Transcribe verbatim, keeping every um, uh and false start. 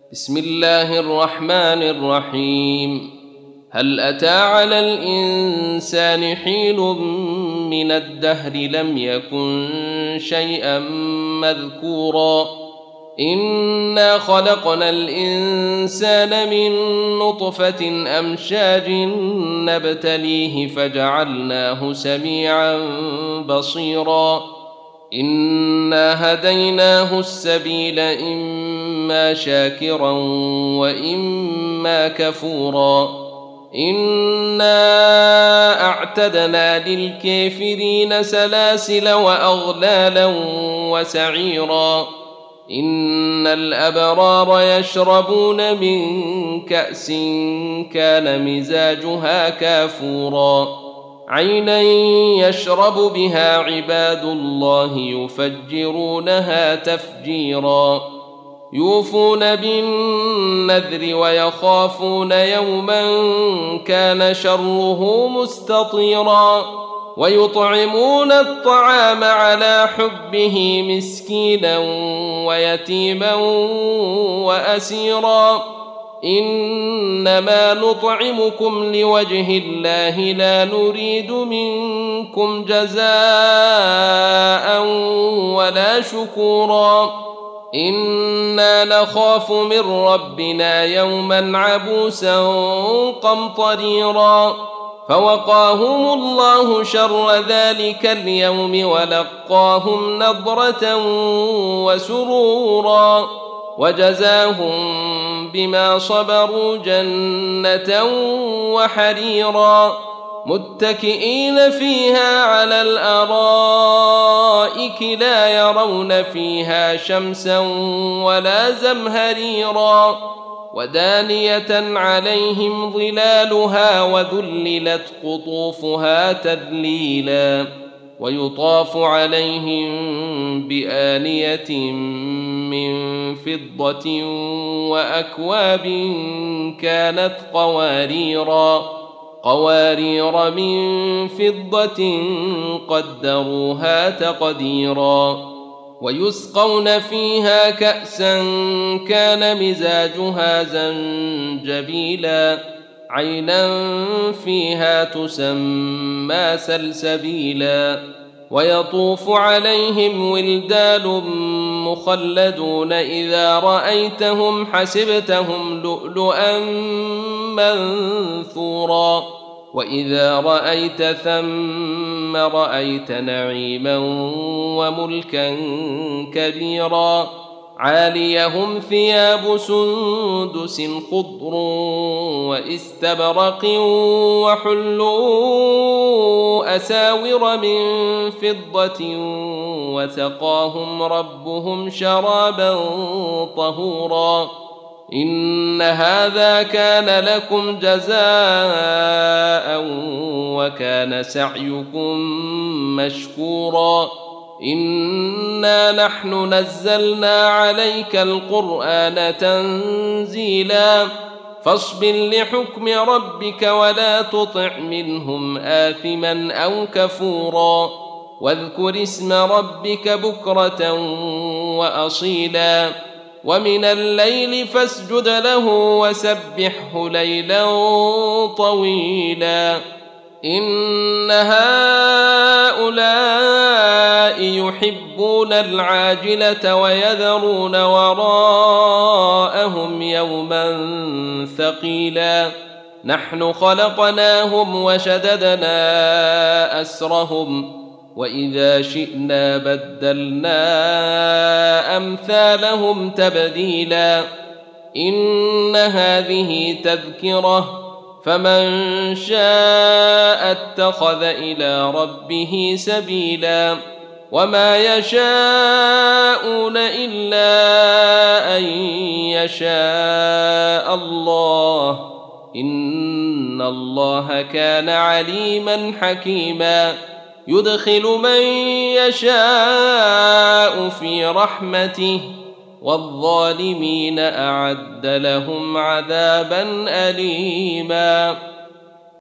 بسم الله الرحمن الرحيم. هل أتى على الإنسان حين من الدهر لم يكن شيئا مذكورا إنا خلقنا الإنسان من نطفة أمشاج نبتليه فجعلناه سميعا بصيرا إنا هديناه السبيل إما شاكرا وإما كفورا إنا أعتدنا للكافرين سلاسل وأغلالا وسعيرا إن الأبرار يشربون من كأس كان مزاجها كافورا عينا يشرب بها عباد الله يفجرونها تفجيرا يوفون بالنذر ويخافون يوما كان شره مستطيرا ويطعمون الطعام على حبه مسكينا ويتيما وأسيرا إنما نطعمكم لوجه الله لا نريد منكم جزاء ولا شكورا إنا نخاف من ربنا يوما عبوسا قمطريرا فوقاهم الله شر ذلك اليوم ولقاهم نضرة وسرورا وجزاهم بما صبروا جنة وحريرا متكئين فيها على الأرائك لا يرون فيها شمسا ولا زمهريرا ودانية عليهم ظلالها وذللت قطوفها تذليلا ويطاف عليهم بآنية من فضة وأكواب كانت قواريرا قوارير من فضة قدروها تقديرا ويسقون فيها كأسا كان مزاجها زنجبيلا عينا فيها تسمى سلسبيلا ويطوف عليهم ولدان مخلدون إذا رأيتهم حسبتهم لؤلؤا منثورا وإذا رأيت ثم رأيت نعيما وملكا كبيرا عاليهم ثياب سندس خضر واستبرق وحلوا أساور من فضة وسقاهم ربهم شرابا طهورا إن هذا كان لكم جزاء وكان سعيكم مشكورا إنا نحن نزلنا عليك القرآن تنزيلا فاصبر لحكم ربك ولا تطع منهم آثما أو كفورا واذكر اسم ربك بكرة وأصيلا ومن الليل فاسجد له وسبحه ليلا طويلا إن هؤلاء يحبون العاجلة ويذرون وراءهم يوما ثقيلا نحن خلقناهم وشددنا أسرهم وإذا شئنا بدلنا أمثالهم تبديلا إن هذه تذكرة فمن شاء اتخذ إلى ربه سبيلا وما يشاءون إلا أن يشاء الله إن الله كان عليما حكيما يدخل من يشاء في رحمته والظالمين أعد لهم عذابا أليما.